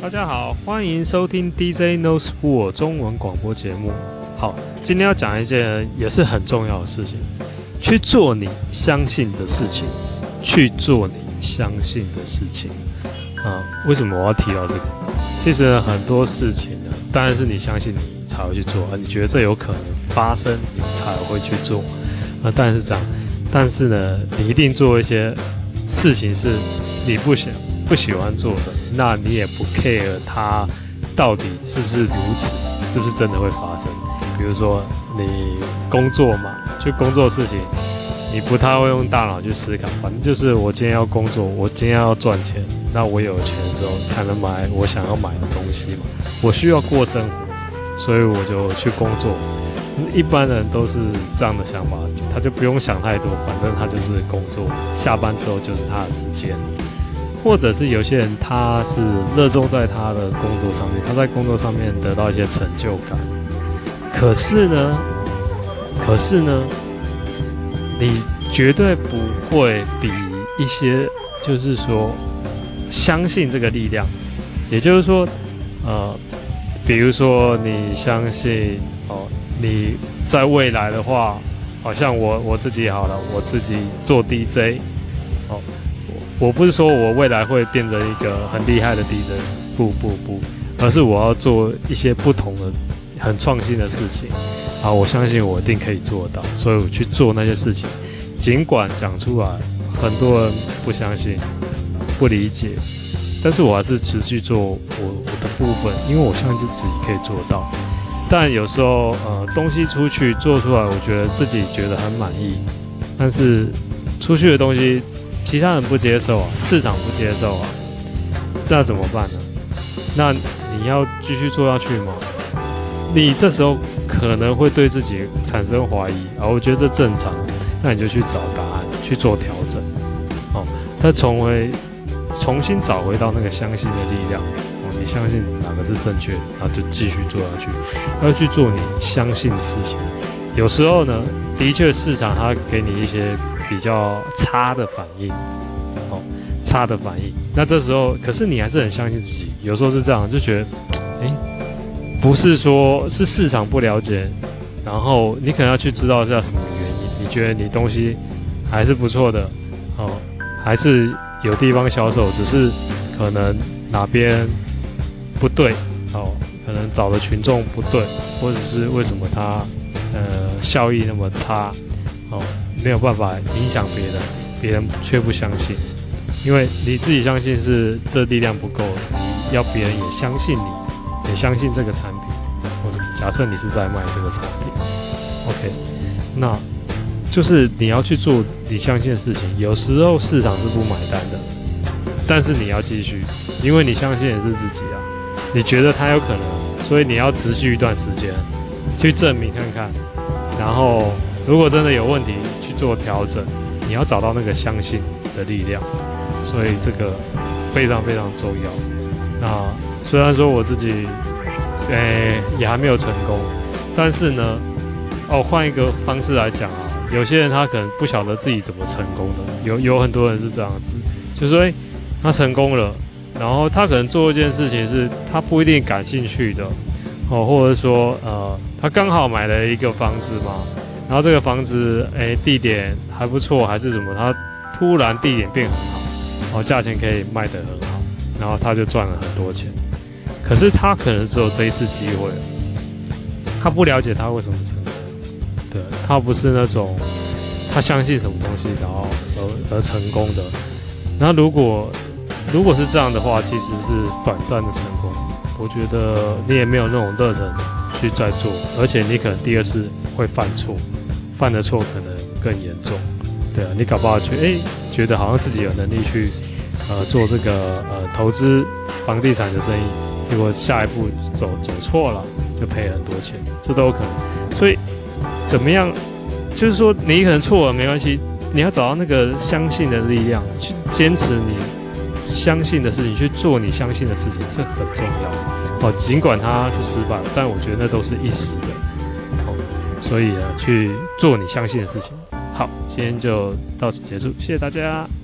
大家好，欢迎收听 DJ No School 中文广播节目。好，今天要讲一件也是很重要的事情，去做你相信的事情，去做你相信的事情。为什么我要提到这个？其实很多事情呢，当然是你相信你才会去做，你觉得这有可能发生，你才会去做。当然是这样，但是呢，你一定做一些事情是你不喜欢做的，那你也不 care 它到底是不是如此，是不是真的会发生。比如说你工作嘛，去工作的事情，你不太会用大脑去思考，反正就是我今天要工作，我今天要赚钱，那我有钱之后才能买我想要买的东西嘛。我需要过生活，所以我就去工作。一般人都是这样的想法，他就不用想太多，反正他就是工作，下班之后就是他的时间。或者是有些人他是热衷在他的工作上面，他在工作上面得到一些成就感。可是呢，你绝对不会比一些就是说相信这个力量，也就是说，比如说你相信你在未来的话，好像我自己好了，我自己做 DJ。我不是说我未来会变成一个很厉害的 DJ， 不，而是我要做一些不同的、很创新的事情。我相信我一定可以做到，所以我去做那些事情。尽管讲出来，很多人不相信、不理解，但是我还是持续做我的部分，因为我相信自己可以做到。但有时候，东西出去做出来，我觉得自己觉得很满意，但是出去的东西，其他人不接受啊，市场不接受啊，这样怎么办呢？那你要继续做下去吗？你这时候可能会对自己产生怀疑啊，我觉得这正常，那你就去找答案，去做调整，他重新找回到那个相信的力量，你相信哪个是正确的，然后就继续做下去，要去做你相信的事情。有时候呢，的确市场它给你一些比较差的反应，那这时候，可是你还是很相信自己。有时候是这样，就觉得，不是说是市场不了解，然后你可能要去知道一下什么原因。你觉得你东西还是不错的，还是有地方销售，只是可能哪边不对，可能找的群众不对，或者是为什么它效益那么差，没有办法影响别人却不相信，因为你自己相信是这力量不够，你要别人也相信你，也相信这个产品，或者假设你是在卖这个产品 ，OK， 那就是你要去做你相信的事情。有时候市场是不买单的，但是你要继续，因为你相信的是自己啊，你觉得它有可能，所以你要持续一段时间去证明看看，然后如果真的有问题去做调整，你要找到那个相信的力量，所以这个非常非常重要。那虽然说我自己也还没有成功，但是呢，换一个方式来讲有些人他可能不晓得自己怎么成功的，有很多人是这样子，就是说他成功了，然后他可能做一件事情是他不一定感兴趣的，或者说他刚好买了一个房子嘛。然后这个房子，地点还不错，还是什么？他突然地点变很好，价钱可以卖得很好，然后他就赚了很多钱。可是他可能只有这一次机会，他不了解他为什么成功，对，他不是那种他相信什么东西然后而成功的。然后如果是这样的话，其实是短暂的成功。我觉得你也没有那种热忱去再做，而且你可能第二次会犯错，犯的错可能更严重，对啊，你搞不好觉得好像自己有能力去做这个投资房地产的生意，结果下一步走错了，就赔很多钱，这都有可能。所以怎么样，就是说你可能错了没关系，你要找到那个相信的力量，去坚持你相信的事情，去做你相信的事情，这很重要。尽管它是失败，但我觉得那都是一时的。所以去做你相信的事情。好，今天就到此结束，谢谢大家。